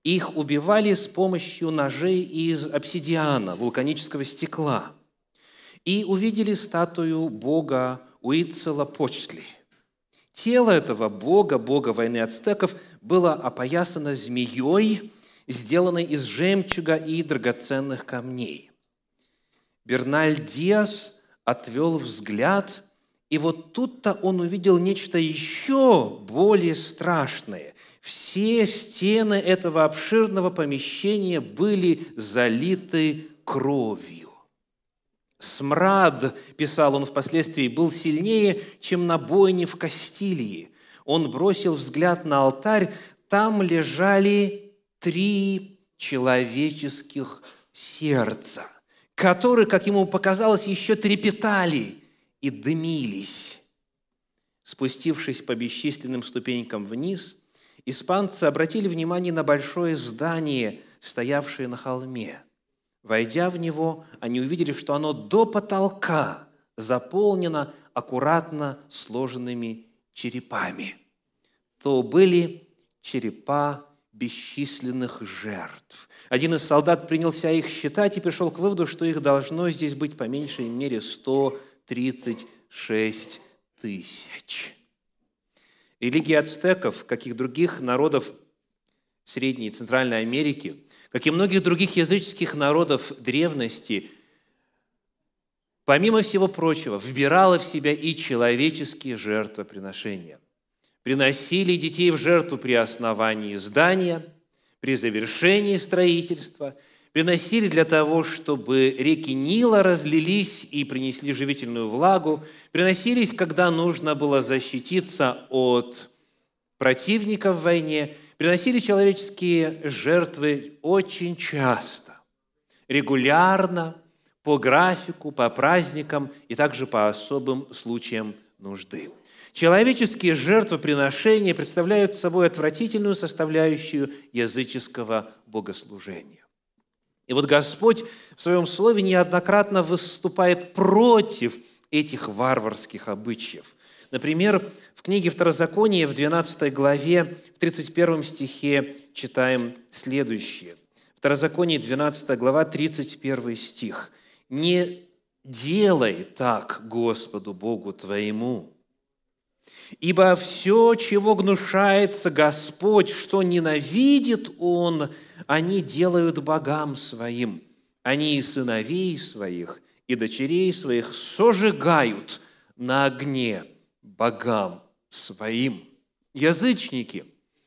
Их убивали с помощью ножей из обсидиана, вулканического стекла. И увидели статую бога Уитцелапочтли. Тело этого бога, бога войны ацтеков, было опоясано змеей, сделанной из жемчуга и драгоценных камней. Берналь Диас отвел взгляд, и вот тут-то он увидел нечто еще более страшное. Все стены этого обширного помещения были залиты кровью. «Смрад», – писал он впоследствии, – «был сильнее, чем на бойне в Кастилии. Он бросил взгляд на алтарь, там лежали 3 человеческих сердца, которые, как ему показалось, еще трепетали и дымились». Спустившись по бесчисленным ступенькам вниз, испанцы обратили внимание на большое здание, стоявшее на холме. Войдя в него, они увидели, что оно до потолка заполнено аккуратно сложенными черепами. То были черепа бесчисленных жертв. Один из солдат принялся их считать и пришел к выводу, что их должно здесь быть по меньшей мере 136 тысяч. Религия ацтеков, как и других народов Средней и Центральной Америки, как и многих других языческих народов древности, помимо всего прочего, вбирала в себя и человеческие жертвоприношения. Приносили детей в жертву при основании здания, при завершении строительства, приносили для того, чтобы реки Нила разлились и принесли живительную влагу, приносились, когда нужно было защититься от противника в войне, приносили человеческие жертвы очень часто, регулярно, по графику, по праздникам и также по особым случаям нужды. Человеческие жертвоприношения представляют собой отвратительную составляющую языческого богослужения. И вот Господь в Своем Слове неоднократно выступает против этих варварских обычаев. Например, в книге Второзакония в 12 главе, в 31 стихе читаем следующее. Второзаконие, 12 глава, 31 стих. «Не делай так Господу Богу твоему, ибо все, чего гнушается Господь, что ненавидит Он, они делают богам своим. Они и сыновей своих, и дочерей своих сожигают на огне богам своим». Язычники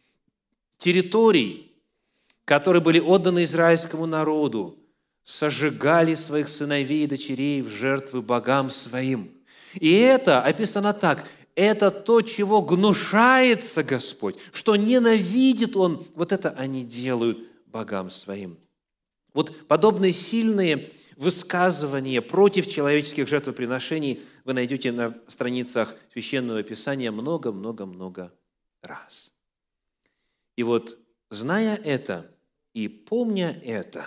территорий, которые были отданы израильскому народу, сожигали своих сыновей и дочерей в жертвы богам своим. И это описано так: это то, чего гнушается Господь, что ненавидит Он, вот это они делают богам своим. Вот подобные сильные высказывания против человеческих жертвоприношений вы найдете на страницах Священного Писания много-много-много раз. И вот, зная это и помня это,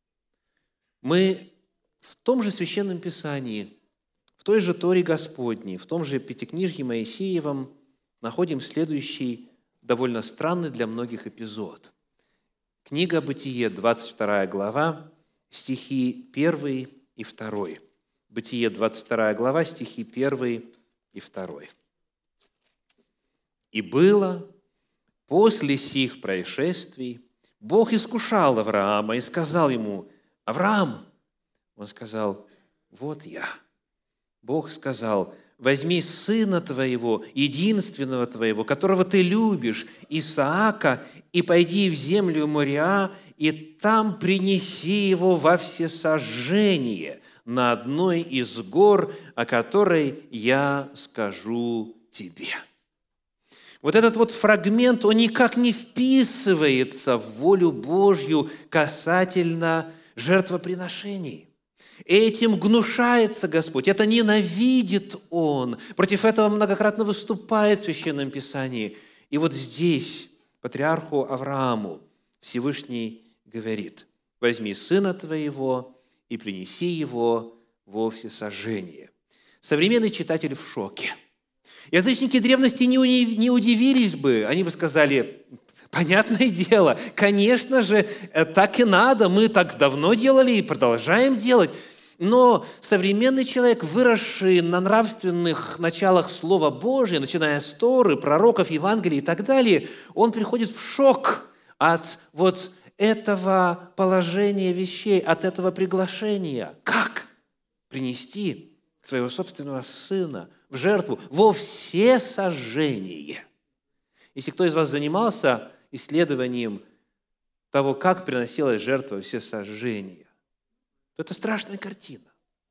мы в том же Священном Писании, в той же Торе Господней, в том же Пятикнижье Моисеевом находим следующий довольно странный для многих эпизод. Книга Бытие, 22 глава, стихи 1 и 2. Бытие, 22 глава, стихи 1 и 2. «И было после сих происшествий, Бог искушал Авраама и сказал ему: Авраам, он сказал: вот я. Бог сказал: возьми сына твоего, единственного твоего, которого ты любишь, Исаака, и пойди в землю Мориа, и там принеси его во всесожжение на одной из гор, о которой я скажу тебе». Вот этот вот фрагмент, он никак не вписывается в волю Божью касательно жертвоприношений. Этим гнушается Господь, это ненавидит Он. Против этого многократно выступает в Священном Писании. И вот здесь патриарху Аврааму Всевышний говорит: возьми сына твоего и принеси его во всесожжение. Современный читатель в шоке. Язычники древности не удивились бы, они бы сказали: Понятное дело, конечно же, так и надо. Мы так давно делали и продолжаем делать. Но современный человек, выросший на нравственных началах Слова Божия, начиная с Торы, пророков, Евангелий и так далее, он приходит в шок от вот этого положения вещей, от этого приглашения. Как принести своего собственного сына в жертву во всесожжение? Если кто из вас занимался исследованием того, как приносилась жертва во всесожжение, то это страшная картина,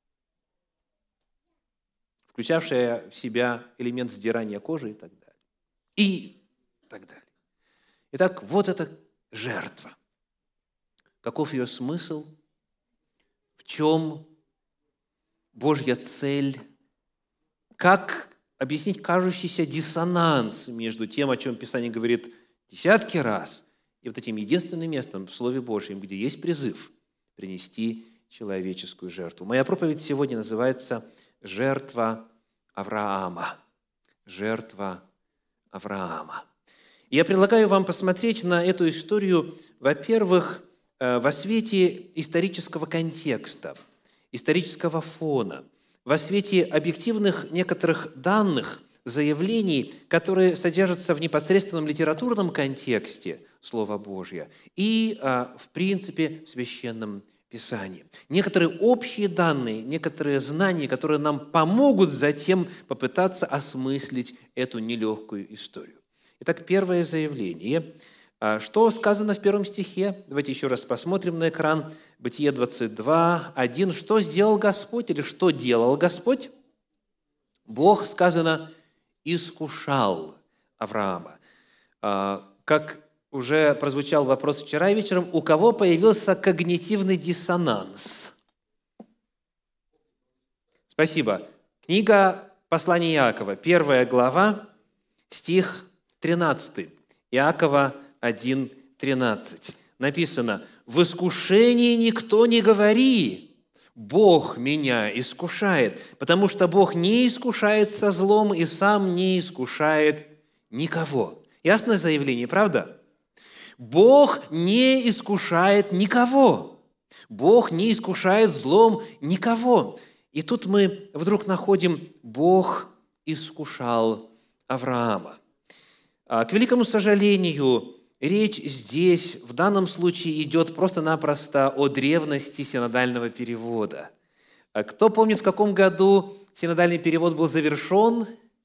включавшая в себя элемент сдирания кожи и так далее. И так далее. Итак, вот эта жертва. Каков ее смысл? В чем Божья цель? Как объяснить кажущийся диссонанс между тем, о чем Писание говорит десятки раз, и вот этим единственным местом в Слове Божьем, где есть призыв принести человеческую жертву. Моя проповедь сегодня называется «Жертва Авраама». Жертва Авраама. И я предлагаю вам посмотреть на эту историю, во-первых, во свете исторического контекста, исторического фона, во свете объективных некоторых данных, заявлений, которые содержатся в непосредственном литературном контексте Слова Божьего и, в принципе, в Священном Писании. Некоторые общие данные, некоторые знания, которые нам помогут затем попытаться осмыслить эту нелегкую историю. Итак, первое заявление. Что сказано в первом стихе? Давайте еще раз посмотрим на экран. Бытие 22, 1. Что сделал Господь или что делал Господь? Бог, сказано, искушал Авраама. Как уже прозвучал вопрос вчера вечером, у кого появился когнитивный диссонанс? Спасибо. Книга Послания Иакова, 1 глава, стих 13. Иакова 1:13. Написано: «В искушении никто не говори, Бог меня искушает, потому что Бог не искушает со злом и сам не искушает никого». Ясное заявление, правда? Бог не искушает никого. Бог не искушает злом никого. И тут мы вдруг находим: Бог искушал Авраама. К великому сожалению, речь здесь в данном случае идет просто-напросто о древности синодального перевода. Кто помнит, в каком году синодальный перевод был завершен?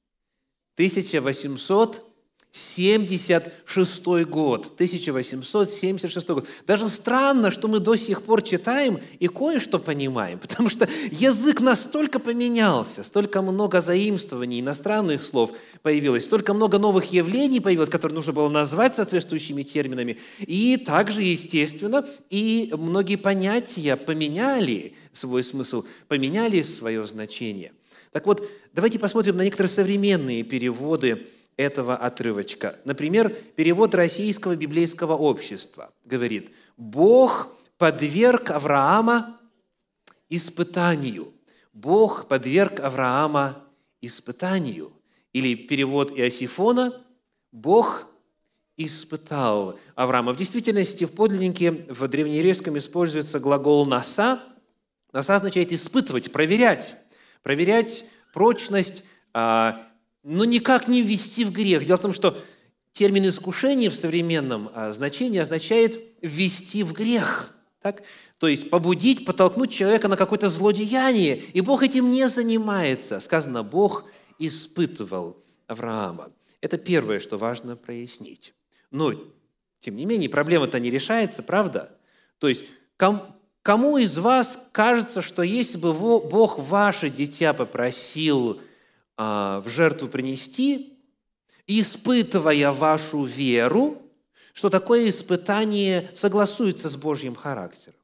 1876 год. 1876 год. Даже странно, что мы до сих пор читаем и кое-что понимаем, потому что язык настолько поменялся, столько много заимствований, иностранных слов появилось, столько много новых явлений появилось, которые нужно было назвать соответствующими терминами. И также, естественно, и многие понятия поменяли свой смысл, поменяли свое значение. Так вот, давайте посмотрим на некоторые современные переводы этого отрывочка. Например, перевод Российского библейского общества говорит: «Бог подверг Авраама испытанию». Бог подверг Авраама испытанию. Или перевод Иосифона: «Бог испытал Авраама». В действительности, в подлиннике, в древнееврейском используется глагол «наса». «Наса» означает испытывать, проверять. Проверять прочность, но никак не ввести в грех. Дело в том, что термин «искушение» в современном значении означает «ввести в грех». Так? То есть побудить, подтолкнуть человека на какое-то злодеяние. И Бог этим не занимается. Сказано, Бог испытывал Авраама. Это первое, что важно прояснить. Но, тем не менее, проблема-то не решается, правда? То есть кому из вас кажется, что если бы Бог ваше дитя попросил в жертву принести, испытывая вашу веру, что такое испытание согласуется с Божьим характером?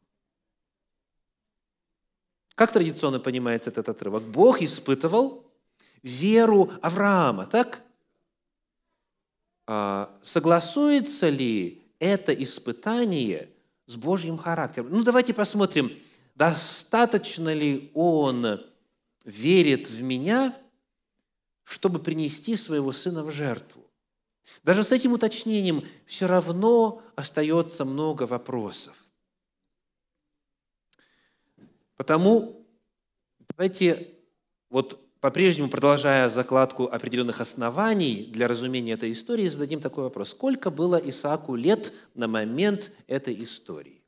Как традиционно понимается этот отрывок? Бог испытывал веру Авраама, так? Согласуется ли это испытание с Божьим характером? Ну, давайте посмотрим, достаточно ли он верит в меня, чтобы принести своего сына в жертву. Даже с этим уточнением все равно остается много вопросов. Потому давайте, по-прежнему продолжая закладку определенных оснований для разумения этой истории, зададим такой вопрос. Сколько было Исааку лет на момент этой истории?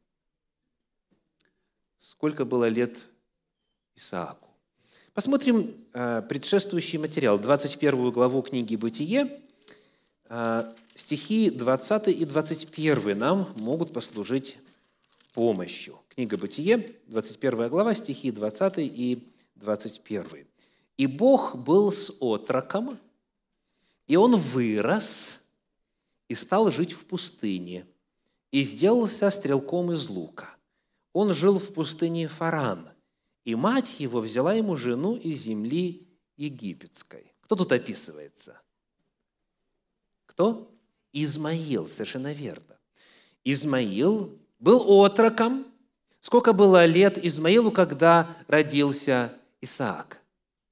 Сколько было лет Исааку? Посмотрим предшествующий материал, 21 главу книги «Бытие». Стихи 20 и 21 нам могут послужить помощью. Книга «Бытие», 21 глава, стихи 20 и 21. «И Бог был с отроком, и он вырос, и стал жить в пустыне, и сделался стрелком из лука. Он жил в пустыне Фаран, и мать его взяла ему жену из земли египетской». Кто тут описывается? Кто? Измаил, совершенно верно. Измаил был отроком. Сколько было лет Измаилу, когда родился Исаак?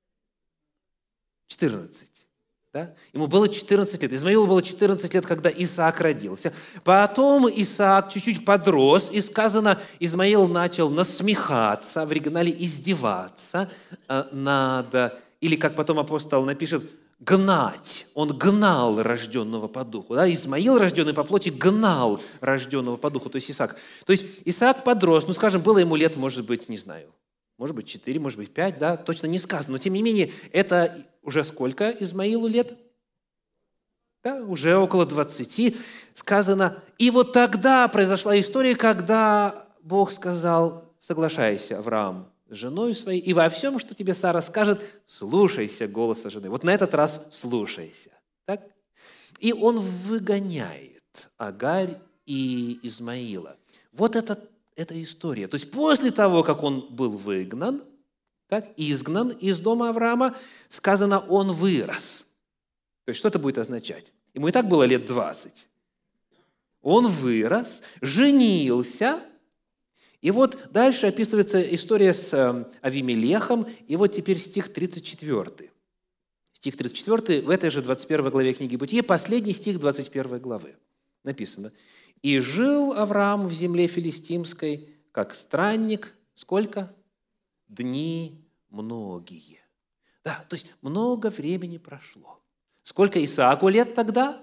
14. Да? Ему было 14 лет. Измаилу было 14 лет, когда Исаак родился. Потом Исаак чуть-чуть подрос, и сказано, Измаил начал насмехаться, в оригинале издеваться над, или как потом апостол напишет, гнать. Он гнал рожденного по духу. Да? Измаил, рожденный по плоти, гнал рожденного по духу, то есть Исаак. То есть Исаак подрос, скажем, было ему лет, может быть, не знаю, может быть, 4, может быть, 5, да, точно не сказано. Но, тем не менее, это уже сколько Измаилу лет? Да, уже около 20. Сказано, и вот тогда произошла история, когда Бог сказал, соглашайся, Авраам, с женой своей, и во всем, что тебе Сара скажет, слушайся голоса жены. Вот на этот раз слушайся. Так? И он выгоняет Агарь и Измаила. Вот эта история. То есть после того, как он был выгнан, так, изгнан из дома Авраама, сказано, он вырос. То есть что это будет означать? Ему и так было лет 20. Он вырос, женился. И вот дальше описывается история с Авимелехом, и вот теперь стих 34. Стих 34 в этой же 21 главе книги «Бытие», последний стих 21 главы. Написано, «И жил Авраам в земле филистимской, как странник». Сколько? Дни многие. Да, то есть много времени прошло. Сколько Исааку лет тогда?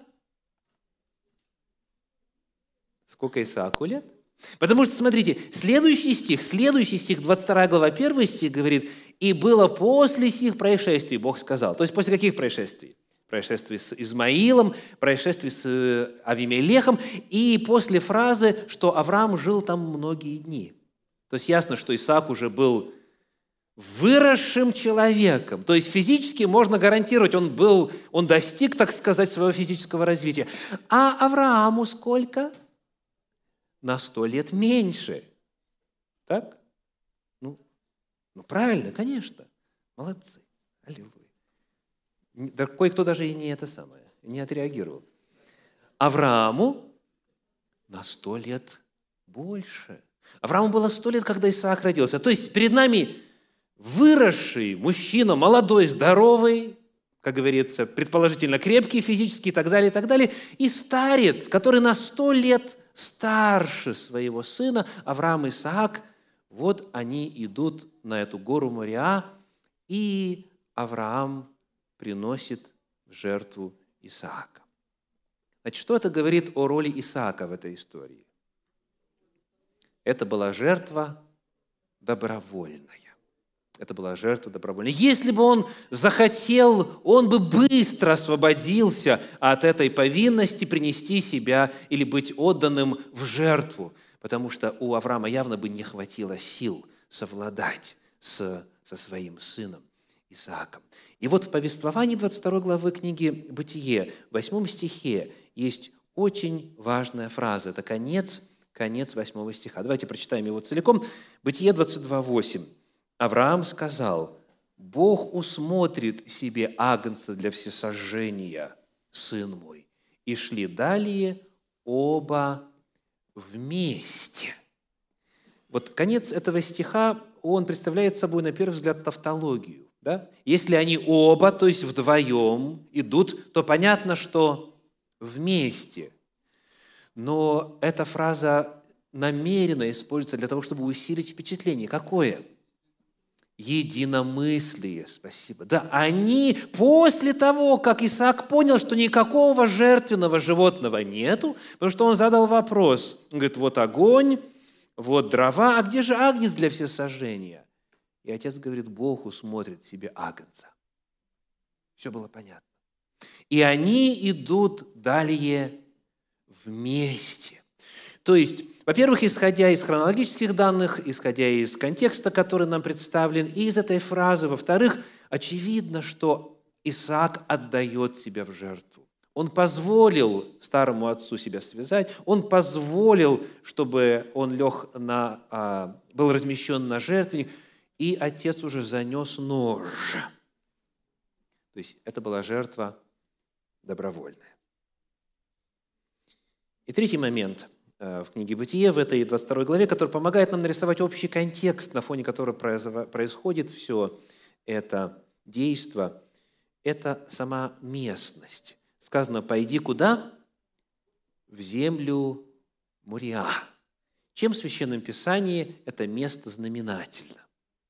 Сколько Исааку лет? Потому что, смотрите, следующий стих, 22 глава, 1 стих говорит, «И было после сих происшествий», Бог сказал. То есть после каких происшествий? Происшествий с Измаилом, происшествий с Авимелехом, и после фразы, что Авраам жил там многие дни. То есть ясно, что Исаак уже был выросшим человеком. То есть физически можно гарантировать, он достиг, так сказать, своего физического развития. А Аврааму сколько? На 100 лет меньше. Так? Ну, правильно, конечно. Молодцы. Аллилуйя. Да кое-кто даже и не отреагировал. Аврааму на 100 лет больше. Аврааму было 100 лет, когда Исаак родился. То есть перед нами выросший мужчина, молодой, здоровый, как говорится, предположительно крепкий физически и так далее, и старец, который на 100 лет старше своего сына, Авраам и Исаак, вот они идут на эту гору Мориа, и Авраам приносит в жертву Исаака. Значит, что это говорит о роли Исаака в этой истории? Это была жертва добровольная. Это была жертва добровольная. Если бы он захотел, он бы быстро освободился от этой повинности принести себя или быть отданным в жертву, потому что у Авраама явно бы не хватило сил совладать со своим сыном Исааком. И вот в повествовании 22 главы книги «Бытие», в 8 стихе, есть очень важная фраза. Это конец 8 стиха. Давайте прочитаем его целиком. Бытие 22:8. Авраам сказал, «Бог усмотрит себе агнца для всесожжения, сын мой». И шли далее оба вместе. Вот конец этого стиха, он представляет собой, на первый взгляд, тавтологию. Да? Если они оба, то есть вдвоем идут, то понятно, что вместе. Но эта фраза намеренно используется для того, чтобы усилить впечатление. Какое? Единомыслие, спасибо. Да, они после того, как Исаак понял, что никакого жертвенного животного нету, потому что он задал вопрос. Он говорит, вот огонь, вот дрова, а где же агнец для всесожжения? И отец говорит, Бог усмотрит себе агнца. Все было понятно. И они идут далее вместе. То есть, во-первых, исходя из хронологических данных, исходя из контекста, который нам представлен, и из этой фразы, во-вторых, очевидно, что Исаак отдает себя в жертву. Он позволил старому отцу себя связать, он позволил, чтобы он был размещен на жертвенник, и отец уже занес нож. То есть это была жертва добровольная. И третий момент в книге «Бытие», в этой 22 главе, который помогает нам нарисовать общий контекст, на фоне которого происходит все это действо, это сама местность. Сказано, пойди куда? В землю Мориа. Чем в Священном Писании это место знаменательно?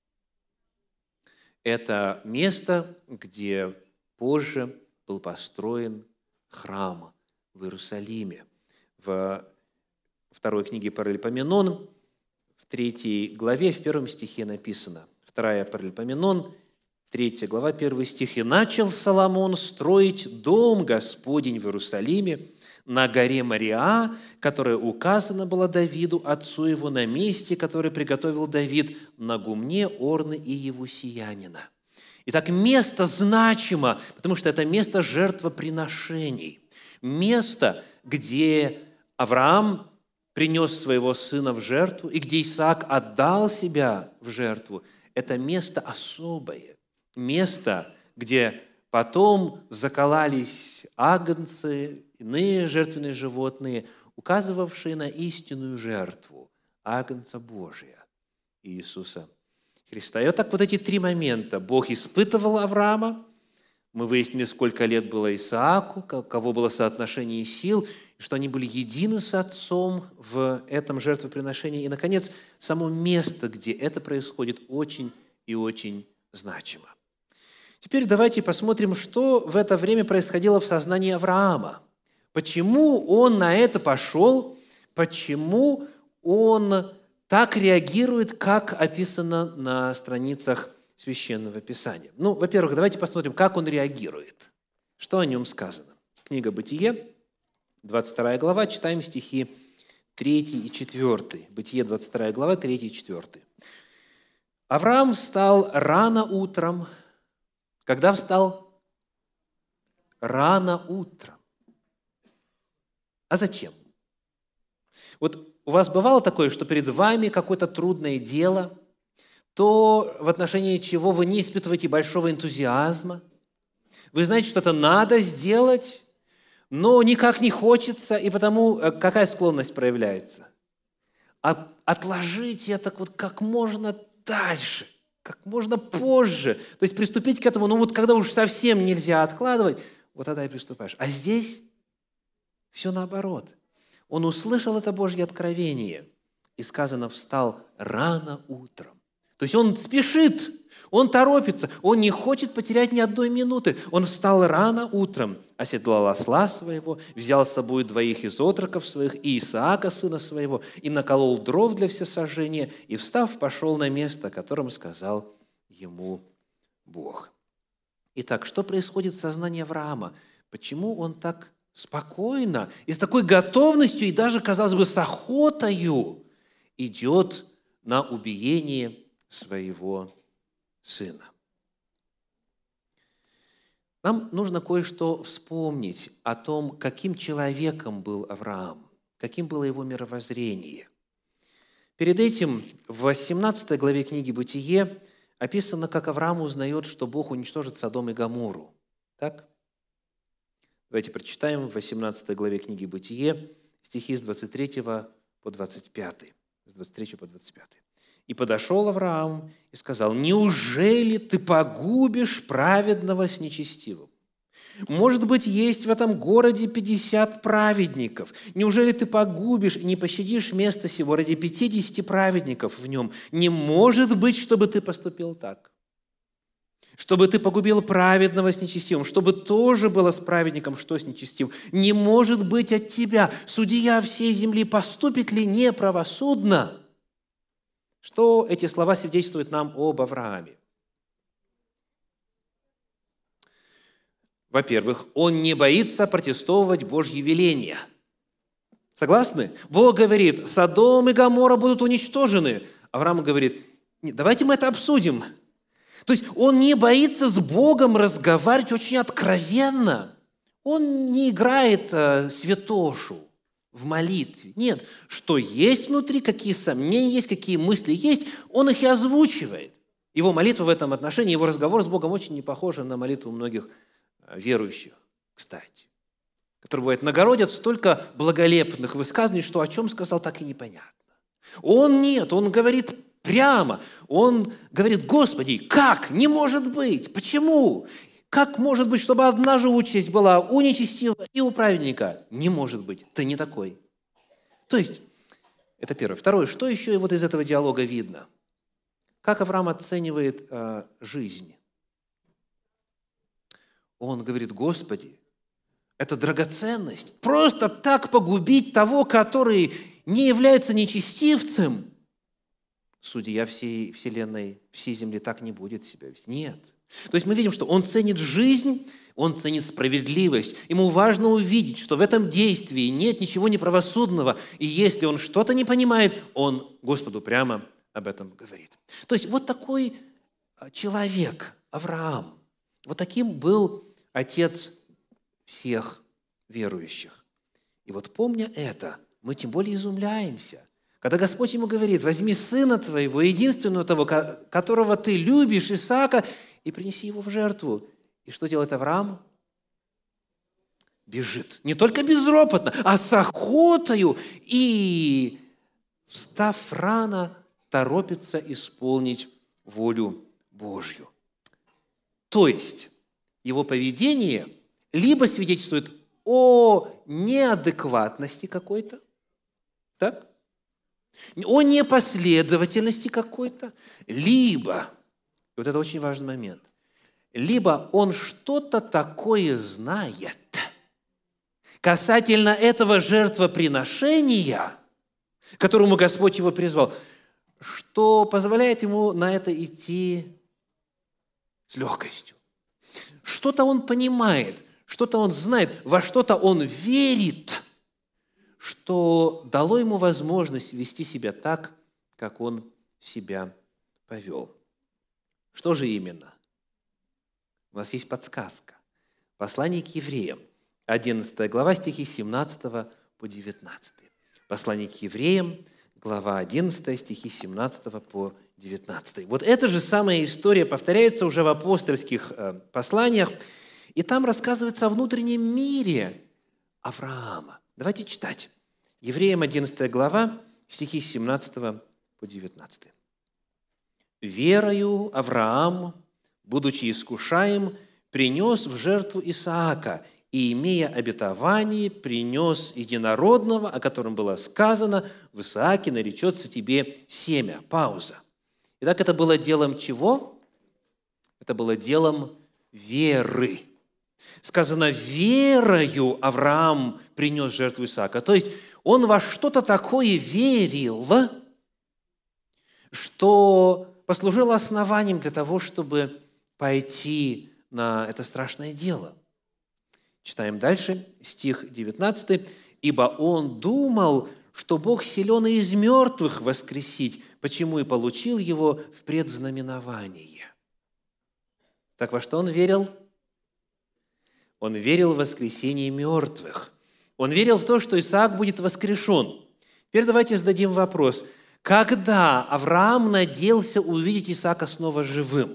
Это место, где позже был построен храм в Иерусалиме. В второй книге Паралипоменон, в 3 главе, в 1 стихе написано, 2 Паралипоменон, 3 глава, 1 стих. «И начал Соломон строить дом Господень в Иерусалиме на горе Мориа, которая указана была Давиду, отцу его, на месте, которое приготовил Давид, на гумне Орны и Евусиянина». Итак, место значимо, потому что это место жертвоприношений. Место, где Авраам принес своего сына в жертву, и где Исаак отдал себя в жертву. Это место особое. Место, где потом закололись агнцы, иные жертвенные животные, указывавшие на истинную жертву агнца Божия, Иисуса Христа. И вот так вот эти 3 момента. Бог испытывал Авраама, мы выяснили, сколько лет было Исааку, каково было соотношение сил, и что они были едины с отцом в этом жертвоприношении. И, наконец, само место, где это происходит, очень и очень значимо. Теперь давайте посмотрим, что в это время происходило в сознании Авраама. Почему он на это пошел, почему он так реагирует, как описано на страницах Священного Писания. Во-первых, давайте посмотрим, как он реагирует. Что о нем сказано? Книга «Бытие», 22 глава, читаем стихи 3 и 4. Бытие, 22 глава, 3 и 4. «Авраам встал рано утром». Когда встал? Рано утром. А зачем? Вот у вас бывало такое, что перед вами какое-то трудное дело, то, в отношении чего вы не испытываете большого энтузиазма. Вы знаете, что это надо сделать, но никак не хочется, и потому какая склонность проявляется? Отложить это вот как можно дальше, как можно позже. То есть приступить к этому, когда уж совсем нельзя откладывать, вот тогда и приступаешь. А здесь все наоборот. Он услышал это Божье откровение, и сказано, встал рано утром. То есть он спешит, он торопится, он не хочет потерять ни одной минуты. Он встал рано утром, оседлал осла своего, взял с собой 2 из отроков своих и Исаака, сына своего, и наколол дров для всесожжения, и, встав, пошел на место, о котором сказал ему Бог. Итак, что происходит в сознании Авраама? Почему он так спокойно и с такой готовностью, и даже, казалось бы, с охотою идет на убиение своего сына? Нам нужно кое-что вспомнить о том, каким человеком был Авраам, каким было его мировоззрение. Перед этим в 18 главе книги «Бытие» описано, как Авраам узнает, что Бог уничтожит Содом и Гоморру. Так? Давайте прочитаем в 18 главе книги «Бытие» стихи с 23 по 25. С 23 по 25. «И подошел Авраам и сказал: неужели ты погубишь праведного с нечестивым? Может быть, есть в этом городе 50 праведников. Неужели ты погубишь и не пощадишь место сего ради 50 праведников в нем? Не может быть, чтобы ты поступил так. Чтобы ты погубил праведного с нечестивым, чтобы тоже было с праведником, что с нечестивым. Не может быть от тебя, судья всей земли, поступит ли неправосудно? Что эти слова свидетельствуют нам об Аврааме? Во-первых, он не боится протестовывать Божьи веления. Согласны? Бог говорит, Содом и Гоморра будут уничтожены. Авраам говорит, давайте мы это обсудим. То есть он не боится с Богом разговаривать очень откровенно. Он не играет святошу в молитве. Нет, что есть внутри, какие сомнения есть, какие мысли есть, он их и озвучивает. Его молитва в этом отношении, его разговор с Богом очень не похож на молитву многих верующих, кстати, которые, бывает, нагородят столько благолепных высказываний, что о чем сказал, так и непонятно. Он нет, он говорит прямо, он говорит, Господи, как? Не может быть! Почему? Как может быть, чтобы одна же участь была у нечестивого и у праведника? Не может быть, ты не такой. То есть, это первое. Второе, что еще вот из этого диалога видно? Как Авраам оценивает жизнь? Он говорит, Господи, это драгоценность. Просто так погубить того, который не является нечестивцем. Судья всей вселенной, всей земли так не будет себя вести. Нет. То есть мы видим, что он ценит жизнь, он ценит справедливость. Ему важно увидеть, что в этом действии нет ничего неправосудного. И если он что-то не понимает, он Господу прямо об этом говорит. То есть вот такой человек, Авраам, вот таким был отец всех верующих. И вот помня это, мы тем более изумляемся, когда Господь ему говорит, возьми сына твоего, единственного того, которого ты любишь, Исаака, и принеси его в жертву. И что делает Авраам? Бежит. Не только безропотно, а с охотою. И, встав рано, торопится исполнить волю Божью. То есть, его поведение либо свидетельствует о неадекватности какой-то, так? О непоследовательности какой-то, либо, вот это очень важный момент, либо он что-то такое знает касательно этого жертвоприношения, к которому Господь его призвал, что позволяет ему на это идти с легкостью. Что-то он понимает, что-то он знает, во что-то он верит, что дало ему возможность вести себя так, как он себя повел. Что же именно? У нас есть подсказка. Послание к евреям, 11 глава, стихи 17 по 19. Послание к евреям, глава 11, стихи 17 по 19. Вот эта же самая история повторяется уже в апостольских посланиях, и там рассказывается о внутреннем мире Авраама. Давайте читать. Евреям 11 глава, стихи с 17 по 19. «Верою Авраам, будучи искушаем, принес в жертву Исаака, и, имея обетование, принес единородного, о котором было сказано, в Исааке наречется тебе семя». Пауза. Итак, это было делом чего? Это было делом веры. Сказано, верою Авраам принес жертву Исаака. То есть он во что-то такое верил, что послужило основанием для того, чтобы пойти на это страшное дело. Читаем дальше, стих 19. «Ибо он думал, что Бог силен и из мертвых воскресить, почему и получил его в предзнаменование». Так во что он верил? Он верил в воскресение мертвых. Он верил в то, что Исаак будет воскрешен. Теперь давайте зададим вопрос. Когда Авраам надеялся увидеть Исаака снова живым?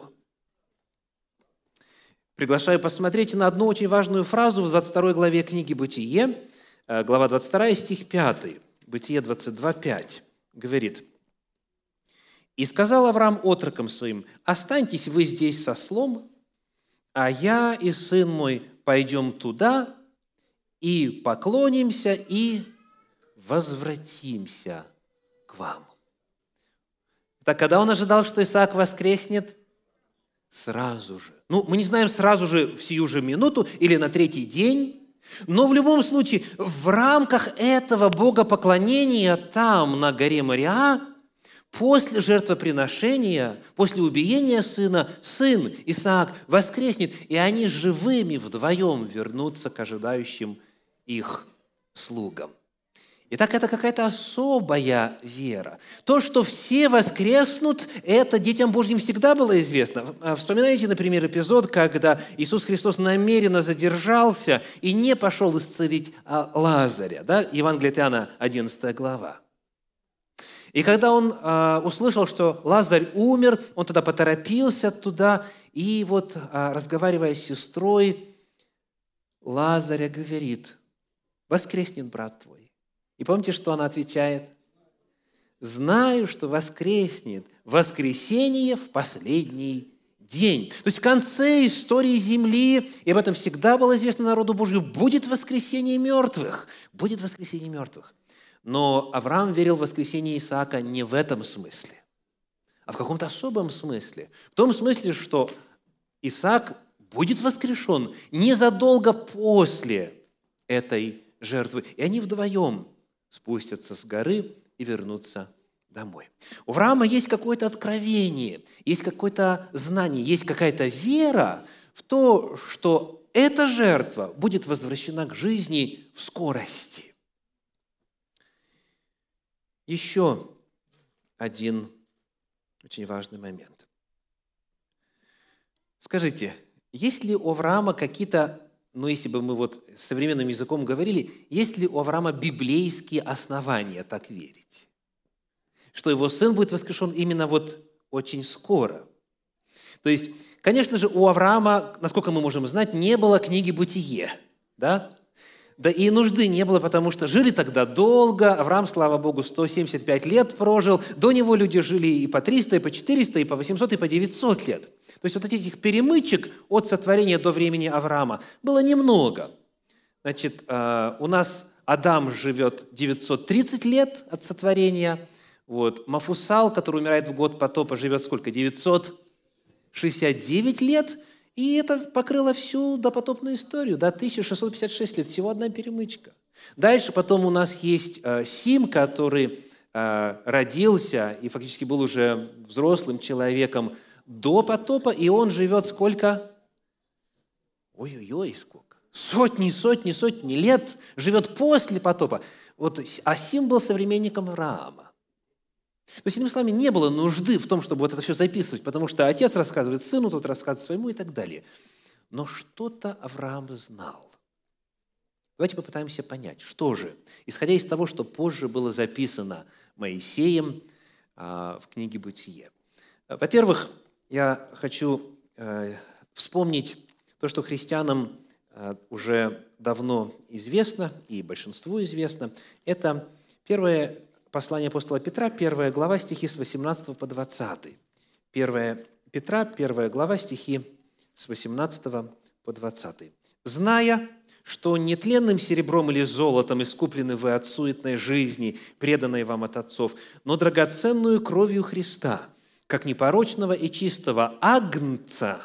Приглашаю посмотреть на одну очень важную фразу в 22 главе книги «Бытие», глава 22, стих 5. Бытие 22, 5. Говорит: «И сказал Авраам отрокам своим: останьтесь вы здесь со ослом, а я и сын мой пойдем туда и поклонимся и возвратимся к вам». Так когда он ожидал, что Исаак воскреснет? Сразу же. Мы не знаем, сразу же, в сию же минуту или на третий день, но в любом случае, в рамках этого богопоклонения там, на горе Мориа, после жертвоприношения, после убиения сына, сын Исаак воскреснет, и они живыми вдвоем вернутся к ожидающим их слугам. Итак, это какая-то особая вера. То, что все воскреснут, это детям Божьим всегда было известно. Вспоминаете, например, эпизод, когда Иисус Христос намеренно задержался и не пошел исцелить Лазаря. Да? Евангелие от Иоанна, 11 глава. И когда он услышал, что Лазарь умер, он тогда поторопился туда, и вот, разговаривая с сестрой, Лазаря говорит: «Воскреснет брат твой». И помните, что она отвечает? «Знаю, что воскреснет воскресение в последний день». То есть в конце истории земли, и об этом всегда было известно народу Божию, будет воскресение мертвых. Будет воскресение мертвых. Но Авраам верил в воскресение Исаака не в этом смысле, а в каком-то особом смысле. В том смысле, что Исаак будет воскрешен незадолго после этой жертвы. И они вдвоем спустятся с горы и вернутся домой. У Авраама есть какое-то откровение, есть какое-то знание, есть какая-то вера в то, что эта жертва будет возвращена к жизни в скорости. Еще один очень важный момент. Скажите, есть ли у Авраама какие-то, если бы мы современным языком говорили, есть ли у Авраама библейские основания так верить? Что его сын будет воскрешен именно очень скоро. То есть, конечно же, у Авраама, насколько мы можем знать, не было книги «Бытие». Да? Да и нужды не было, потому что жили тогда долго. Авраам, слава Богу, 175 лет прожил. До него люди жили и по 300, и по 400, и по 800, и по 900 лет. То есть этих перемычек от сотворения до времени Авраама было немного. Значит, у нас Адам живет 930 лет от сотворения. Мафусал, который умирает в год потопа, живет сколько? 969 лет. И это покрыло всю допотопную историю. 1656 лет, всего одна перемычка. Дальше потом у нас есть Сим, который родился и фактически был уже взрослым человеком до потопа, и он живет сколько? Сколько? Сотни лет живет после потопа. А Сим был современником Авраама. То есть, иными словами, не было нужды в том, чтобы это все записывать, потому что отец рассказывает сыну, тот рассказывает своему и так далее. Но что-то Авраам знал. Давайте попытаемся понять, что же, исходя из того, что позже было записано Моисеем в книге «Бытие». Во-первых, я хочу вспомнить то, что христианам уже давно известно, и большинству известно. Это первое послание апостола Петра, 1 глава, стихи с 18 по 20. 1 Петра, 1 глава, стихи с 18 по 20. «Зная, что нетленным серебром или золотом искуплены вы от суетной жизни, преданной вам от отцов, но драгоценную кровью Христа, как непорочного и чистого агнца,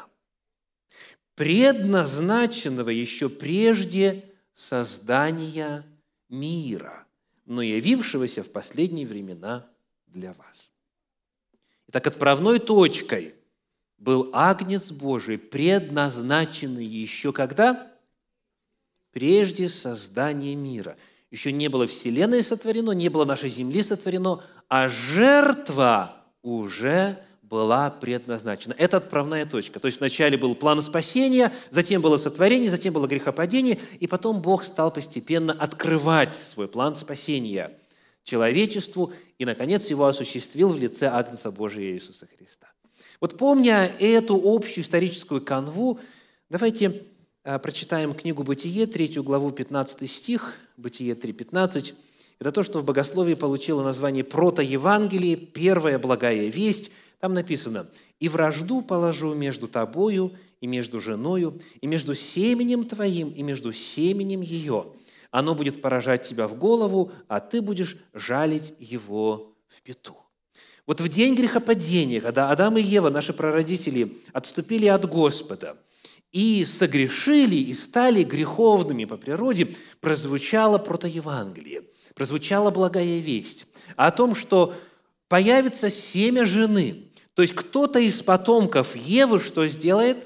предназначенного еще прежде создания мира, но явившегося в последние времена для вас». Итак, отправной точкой был Агнец Божий, предназначенный еще когда? Прежде создания мира. Еще не было Вселенной сотворено, не было нашей земли сотворено, а жертва уже была предназначена. Это отправная точка. То есть вначале был план спасения, затем было сотворение, затем было грехопадение, и потом Бог стал постепенно открывать свой план спасения человечеству, и, наконец, его осуществил в лице Агнца Божия Иисуса Христа. Помня эту общую историческую канву, давайте прочитаем книгу «Бытие», 3 главу, 15 стих, Бытие 3:15. Это то, что в богословии получило название протоевангелие, первая благая весть, Там написано: «И вражду положу между тобою и между женою, и между семенем твоим, и между семенем ее. Оно будет поражать тебя в голову, а ты будешь жалить его в пяту». Вот в день грехопадения, когда Адам и Ева, наши прародители, отступили от Господа и согрешили, и стали греховными по природе, прозвучало протоевангелие, прозвучала благая весть о том, что появится семя жены. То есть кто-то из потомков Евы что сделает?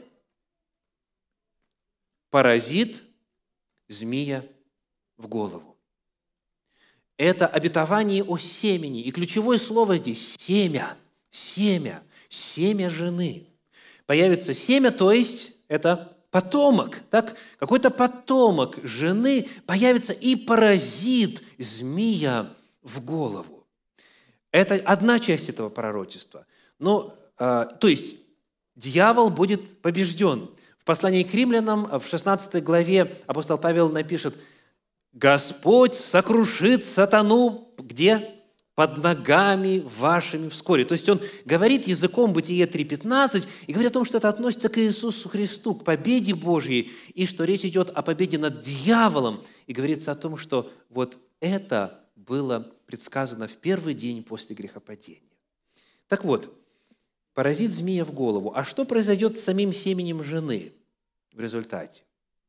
Поразит змея в голову. Это обетование о семени. И ключевое слово здесь – семя, семя, семя жены. Появится семя, то есть это потомок. Так? Какой-то потомок жены появится и поразит змея в голову. Это одна часть этого пророчества. То есть дьявол будет побежден. В послании к римлянам в 16 главе апостол Павел напишет: «Господь сокрушит сатану» где? «Под ногами вашими вскоре». То есть он говорит языком Бытие 3:15 и говорит о том, что это относится к Иисусу Христу, к победе Божьей, и что речь идет о победе над дьяволом. И говорится о том, что вот это было предсказано в первый день после грехопадения. Так вот, поразит змея в голову. А что произойдет с самим семенем жены в результате?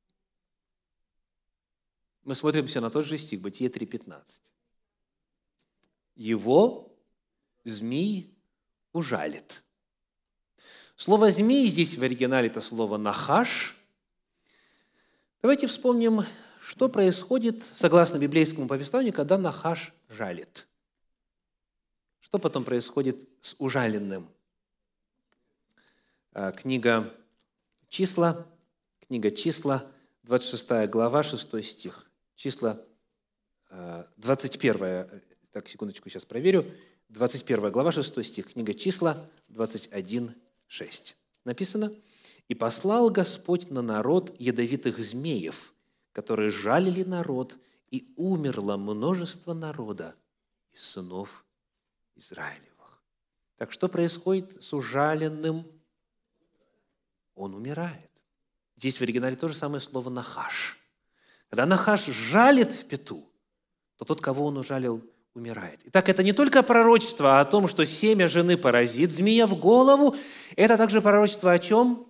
Мы смотримся на тот же стих, Бытие 3:15. «Его змей ужалит». Слово «змей» здесь в оригинале – это слово «нахаш». Давайте вспомним, что происходит, согласно библейскому повествованию, когда нахаш жалит. Что потом происходит с ужаленным? Книга Числа, 26 глава, 6 стих. Числа 21, так, секундочку, сейчас проверю. 21 глава, 6 стих. Книга Числа, 21, 6. Написано: «И послал Господь на народ ядовитых змеев, которые жалили народ, и умерло множество народа из сынов Израилевых». Так что происходит с ужаленным? Он умирает. Здесь в оригинале то же самое слово «нахаш». Когда нахаш жалит в пяту, то тот, кого он ужалил, умирает. Итак, это не только пророчество о том, что семя жены поразит змея в голову, это также пророчество о чем?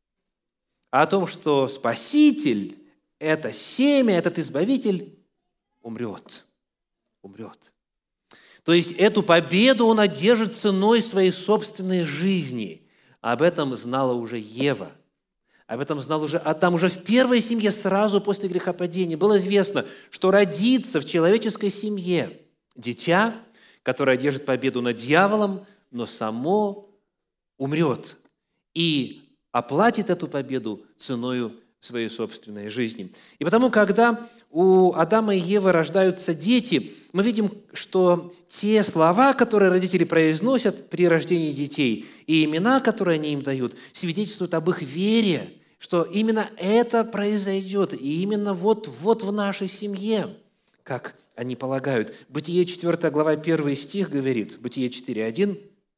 О том, что Спаситель, это семя, этот Избавитель умрет. Умрет. То есть эту победу он одержит ценой своей собственной жизни. Об этом знала уже Ева. Об этом знал уже Адам. Уже в первой семье, сразу после грехопадения, было известно, что родится в человеческой семье дитя, которое одержит победу над дьяволом, но само умрет и оплатит эту победу ценою своей собственной жизни. И потому, когда у Адама и Евы рождаются дети, мы видим, что те слова, которые родители произносят при рождении детей, и имена, которые они им дают, свидетельствуют об их вере, что именно это произойдет, и именно вот в нашей семье, как они полагают. Бытие 4 глава 1 стих говорит, Бытие 4:1: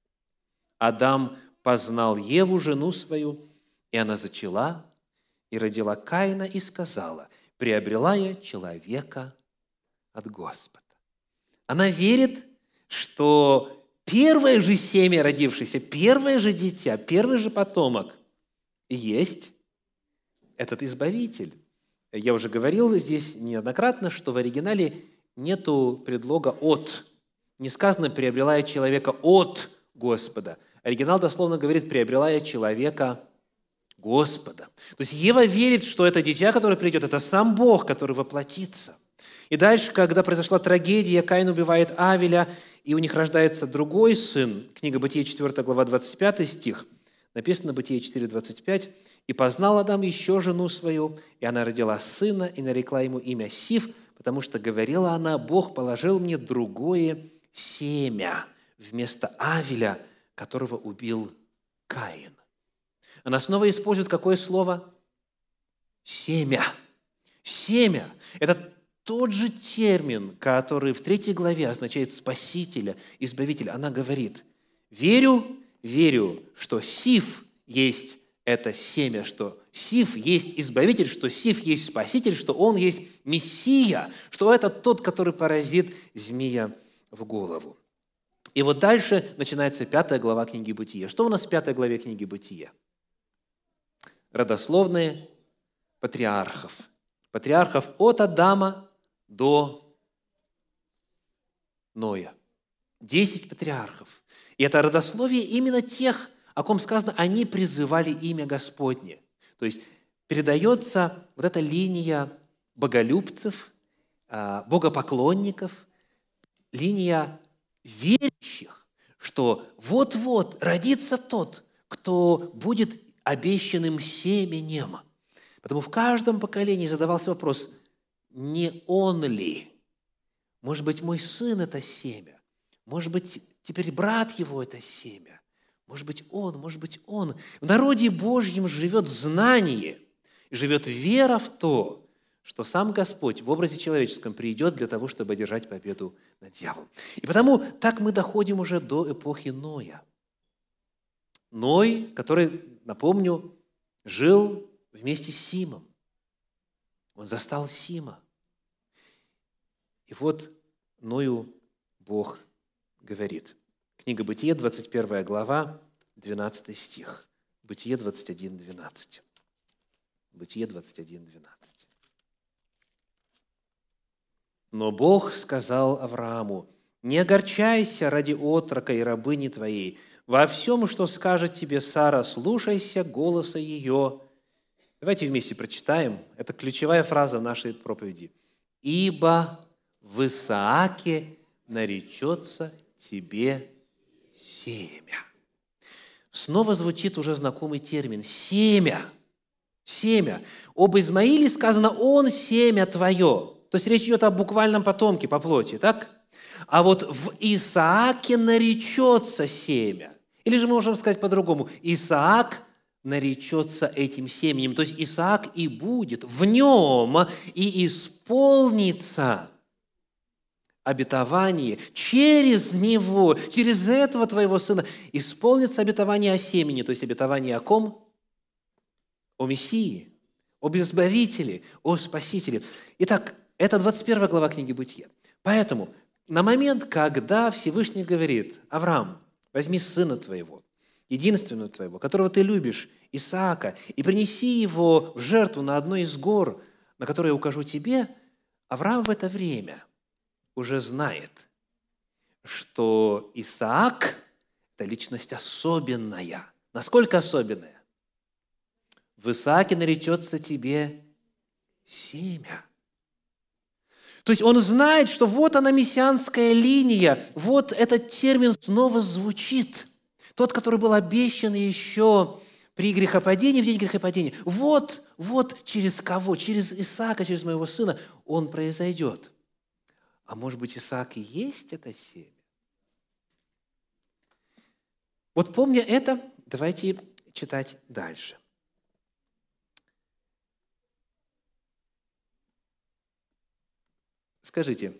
«Адам познал Еву, жену свою, и она зачала, и родила Каина, и сказала: приобрела я человека от Господа». Она верит, что первое же семя родившееся, первое же дитя, первый же потомок есть этот Избавитель. Я уже говорил здесь неоднократно, что в оригинале нету предлога «от». Не сказано «приобрела я человека от Господа». Оригинал дословно говорит «приобрела я человека Господа». То есть Ева верит, что это дитя, которое придет, это сам Бог, который воплотится. И дальше, когда произошла трагедия, Каин убивает Авеля, и у них рождается другой сын. Книга Бытие 4 глава 25 стих. Написано Бытие 4:25: «И познал Адам еще жену свою, и она родила сына, и нарекла ему имя Сиф, потому что говорила она: Бог положил мне другое семя вместо Авеля, которого убил Каин». Она снова использует какое слово? Семя. Семя. Это тот же термин, который в 3 главе означает спасителя, избавителя. Она говорит: верю верю, что Сиф есть это семя, что Сиф есть Избавитель, что Сиф есть Спаситель, что Он есть Мессия, что это тот, который поразит змея в голову. И вот дальше начинается 5 глава книги Бытия. Что у нас в 5 главе книги Бытия? Родословные патриархов. Патриархов от Адама до Ноя. 10 патриархов. И это родословие именно тех, о ком сказано, они призывали имя Господне. То есть передается вот эта линия боголюбцев, богопоклонников, линия верящих, что вот-вот родится тот, кто будет обещанным семенем. Потому в каждом поколении задавался вопрос, не он ли? Может быть, мой сын – это семя? Может быть, теперь брат его – это семя? Может быть, он, может быть, он. В народе Божьем живет знание, живет вера в то, что сам Господь в образе человеческом придет для того, чтобы одержать победу над дьяволом. И потому так мы доходим уже до эпохи Ноя. Ной, который, напомню, жил вместе с Симом. Он застал Сима. И вот Ною Бог говорит. Книга Бытие, 21 глава, 12 стих. Бытие 21, 12. Бытие 21, 12. Но Бог сказал Аврааму: «Не огорчайся ради отрока и рабыни твоей. Во всем, что скажет тебе Сара, слушайся голоса ее». Давайте вместе прочитаем. Это ключевая фраза нашей проповеди. «Ибо в Исааке наречется тебе семя». Снова звучит уже знакомый термин «семя». Семя. Об Измаиле сказано «он семя твое». То есть речь идет о буквальном потомке по плоти, так? А вот в Исааке наречется семя. Или же мы можем сказать по-другому. Исаак наречется этим семенем. То есть Исаак и будет, в нем и исполнится обетование. Через него, через этого твоего сына исполнится обетование о семени. То есть обетование о ком? О Мессии, об Избавителе, о Спасителе. Итак, это 21 глава книги Бытия. Поэтому на момент, когда Всевышний говорит: «Авраам, возьми сына твоего, единственного твоего, которого ты любишь, Исаака, и принеси его в жертву на одной из гор, на которой я укажу тебе», Авраам в это время уже знает, что Исаак – это личность особенная. Насколько особенная? В Исааке наречется тебе семя. То есть он знает, что вот она мессианская линия, вот этот термин снова звучит. Тот, который был обещан еще при грехопадении, в день грехопадения. Вот через кого? Через Исаака, через моего сына он произойдет. А может быть, Исаак и есть это семя? Вот помня это, давайте читать дальше. Скажите,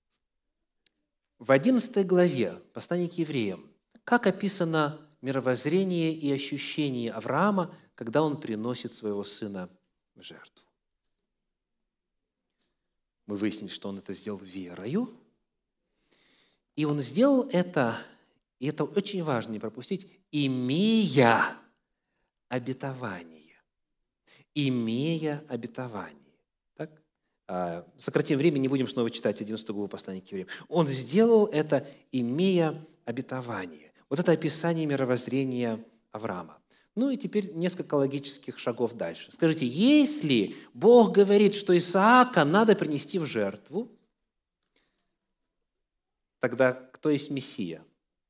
в 11 главе послания к евреям как описано мировоззрение и ощущение Авраама, когда он приносит своего сына в жертву? Мы выяснили, что он это сделал верою, и он сделал это, и это очень важно не пропустить, имея обетование. Имея обетование. Сократим время, не будем снова читать 11 главу послания к евреям. Он сделал это, имея обетование. Вот это описание мировоззрения Авраама. Ну и теперь несколько логических шагов дальше. Скажите, если Бог говорит, что Исаака надо принести в жертву, тогда кто есть Мессия?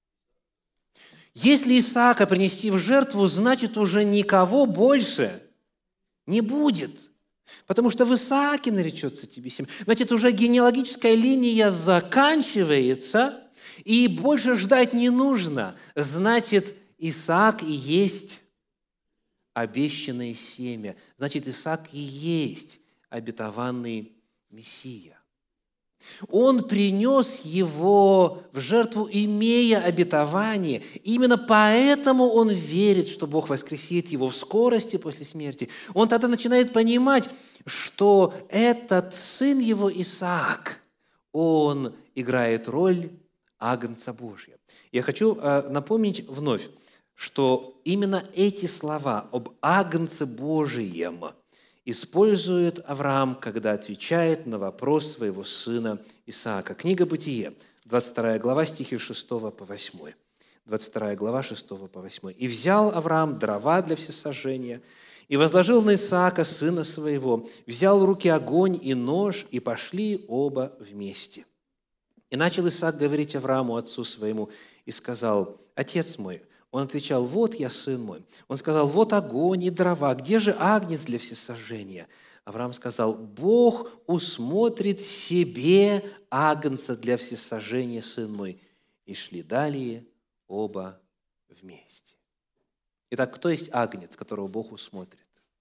Если Исаака принести в жертву, значит уже никого больше не будет. Потому что в Исааке наречется тебе семя. Значит, уже генеалогическая линия заканчивается, и больше ждать не нужно. Значит, Исаак и есть обещанное семя. Значит, Исаак и есть обетованный Мессия. Он принес его в жертву, имея обетование. Именно поэтому он верит, что Бог воскресит его в скорости после смерти. Он тогда начинает понимать, что этот сын его, Исаак, он играет роль Агнца Божия. Я хочу напомнить вновь, что именно эти слова об Агнце Божием использует Авраам, когда отвечает на вопрос своего сына Исаака. Книга Бытие, 22 глава, стихи 6 по 8. 22 глава, 6 по 8. «И взял Авраам дрова для всесожжения, и возложил на Исаака, сына своего, взял в руки огонь и нож, и пошли оба вместе. И начал Исаак говорить Аврааму, отцу своему, и сказал: Отец мой». Он отвечал: «Вот я, сын мой». Он сказал: «Вот огонь и дрова, где же агнец для всесожжения?» Авраам сказал: «Бог усмотрит себе агнца для всесожжения, сын мой». И шли далее оба вместе. Итак, кто есть агнец, которого Бог усмотрит?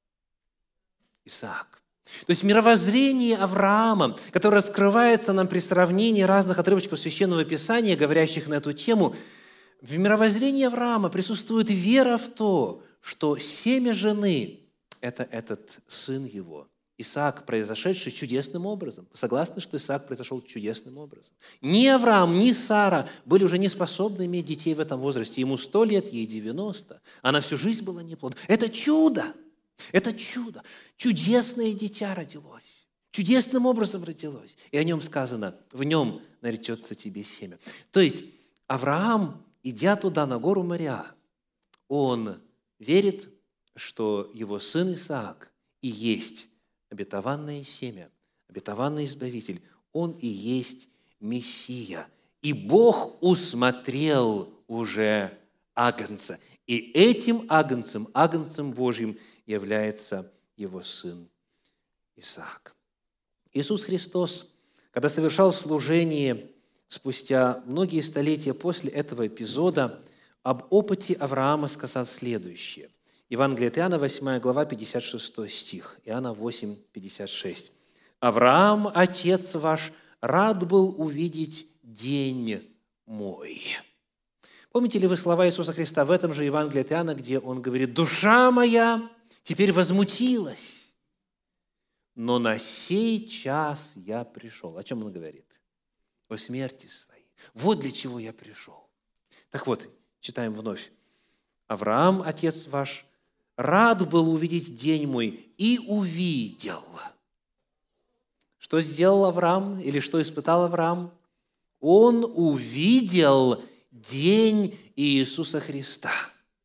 Исаак. То есть мировоззрение Авраама, которое раскрывается нам при сравнении разных отрывочков Священного Писания, говорящих на эту тему, в мировоззрении Авраама присутствует вера в то, что семя жены – это этот сын его, Исаак, произошедший чудесным образом. Согласны, что Исаак произошел чудесным образом? Ни Авраам, ни Сара были уже не способны иметь детей в этом возрасте. Ему 100 лет, ей 90. Она всю жизнь была неплодна. Это чудо! Это чудо! Чудесное дитя родилось. Чудесным образом родилось. И о нем сказано: в нем наречется тебе семя. То есть Авраам, идя туда, на гору Мориа, он верит, что его сын Исаак и есть обетованное семя, обетованный Избавитель. Он и есть Мессия. И Бог усмотрел уже агнца. И этим агнцем, агнцем Божьим, является его сын Исаак. Иисус Христос, когда совершал служение спустя многие столетия после этого эпизода, об опыте Авраама сказал следующее. Евангелие от Иоанна, 8 глава, 56 стих. Иоанна 8, 56. «Авраам, отец ваш, рад был увидеть день мой». Помните ли вы слова Иисуса Христа в этом же Евангелии от Иоанна, где Он говорит: «Душа моя теперь возмутилась, но на сей час я пришел». О чем Он говорит? О смерти своей. Вот для чего я пришел. Так вот, читаем вновь. «Авраам, отец ваш, рад был увидеть день мой, и увидел». Что сделал Авраам, или что испытал Авраам? Он увидел день Иисуса Христа.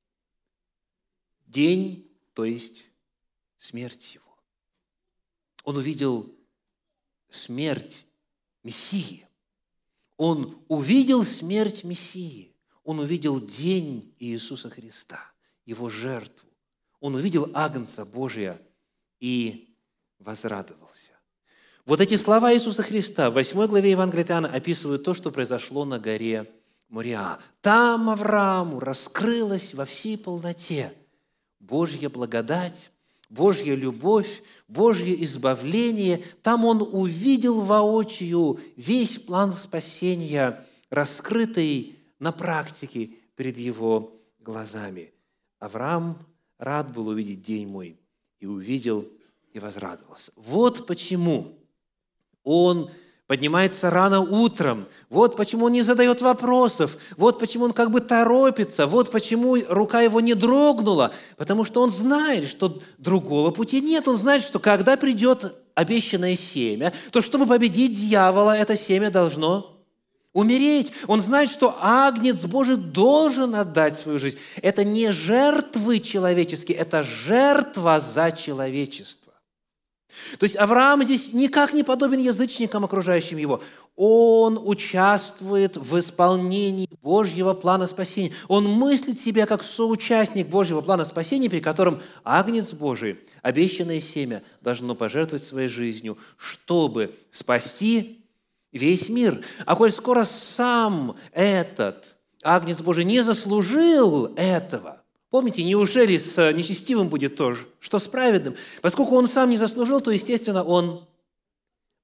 День, то есть смерть Его. Он увидел смерть Мессии. Он увидел смерть Мессии. Он увидел день Иисуса Христа, Его жертву. Он увидел агнца Божия и возрадовался. Вот эти слова Иисуса Христа в 8 главе Евангелия от Иоанна описывают то, что произошло на горе Мориа. Там Аврааму раскрылась во всей полноте Божья благодать, Божья любовь, Божье избавление. Там он увидел воочию весь план спасения, раскрытый на практике перед его глазами. Авраам рад был увидеть день мой, и увидел, и возрадовался. Вот почему он поднимается рано утром, вот почему он не задает вопросов, вот почему он как бы торопится, вот почему рука его не дрогнула, потому что он знает, что другого пути нет. Он знает, что когда придет обещанное семя, то чтобы победить дьявола, это семя должно умереть. Он знает, что агнец Божий должен отдать свою жизнь. Это не жертвы человеческие, это жертва за человечество. То есть Авраам здесь никак не подобен язычникам, окружающим его. Он участвует в исполнении Божьего плана спасения. Он мыслит себя как соучастник Божьего плана спасения, при котором агнец Божий, обещанное семя, должно пожертвовать своей жизнью, чтобы спасти весь мир. А коль скоро сам этот агнец Божий не заслужил этого, помните, неужели с нечестивым будет то же, что с праведным? Поскольку он сам не заслужил, то, естественно, он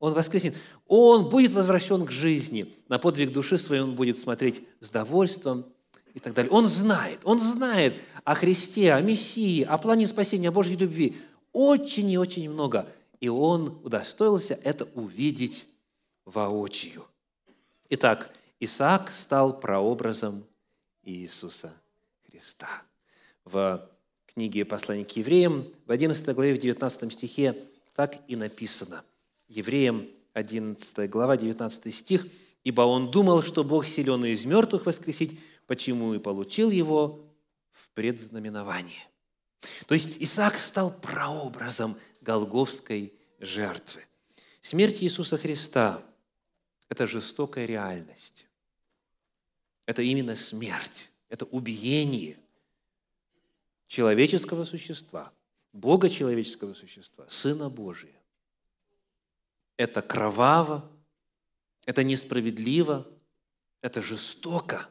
Он воскреснет. Он будет возвращен к жизни. На подвиг души своей он будет смотреть с довольством и так далее. Он знает о Христе, о Мессии, о плане спасения, о Божьей любви очень и очень много. И он удостоился это увидеть воочию. Итак, Исаак стал прообразом Иисуса Христа. В книге «Послание к евреям» в 11 главе, в 19 стихе так и написано. Евреям 11 глава, 19 стих. «Ибо он думал, что Бог силен из мертвых воскресить, почему и получил его в предзнаменование». То есть Исаак стал прообразом голгофской жертвы. Смерть Иисуса Христа – это жестокая реальность. Это именно смерть, это убиение человеческого существа, Бога человеческого существа, Сына Божия. Это кроваво, это несправедливо, это жестоко,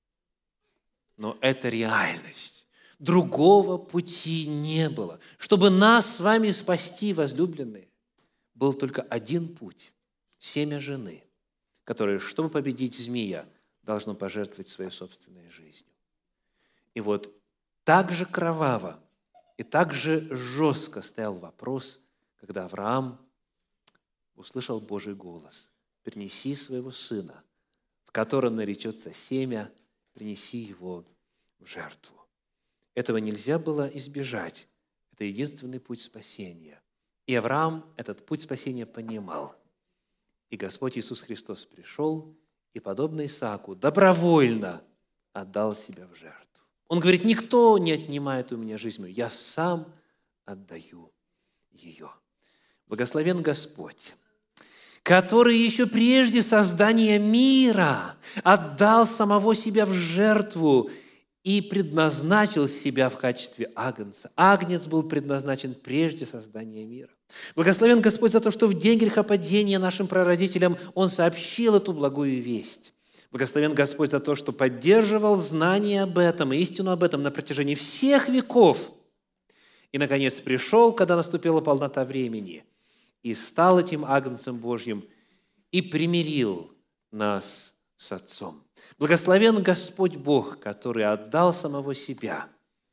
но это реальность. Другого пути не было. Чтобы нас с вами спасти, возлюбленные, был только один путь – семя жены, которое, чтобы победить змея, должно пожертвовать своей собственной жизнью. И вот так же кроваво и так же жестко стоял вопрос, когда Авраам услышал Божий голос: «Принеси своего сына, в котором наречется семя, принеси его в жертву». Этого нельзя было избежать. Это единственный путь спасения. И Авраам этот путь спасения понимал. И Господь Иисус Христос пришел и, подобно Исааку, добровольно отдал себя в жертву. Он говорит: никто не отнимает у меня жизнь мою, я сам отдаю ее. Благословен Господь, который еще прежде создания мира отдал самого себя в жертву и предназначил себя в качестве агнца. Агнец был предназначен прежде создания мира. Благословен Господь за то, что в день грехопадения нашим прародителям Он сообщил эту благую весть. Благословен Господь за то, что поддерживал знание об этом и истину об этом на протяжении всех веков. И, наконец, пришел, когда наступила полнота времени, и стал этим агнцем Божьим, и примирил нас с Отцом. Благословен Господь Бог, который отдал самого себя,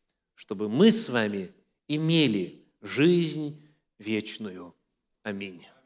чтобы мы с вами имели жизнь вечную. Аминь.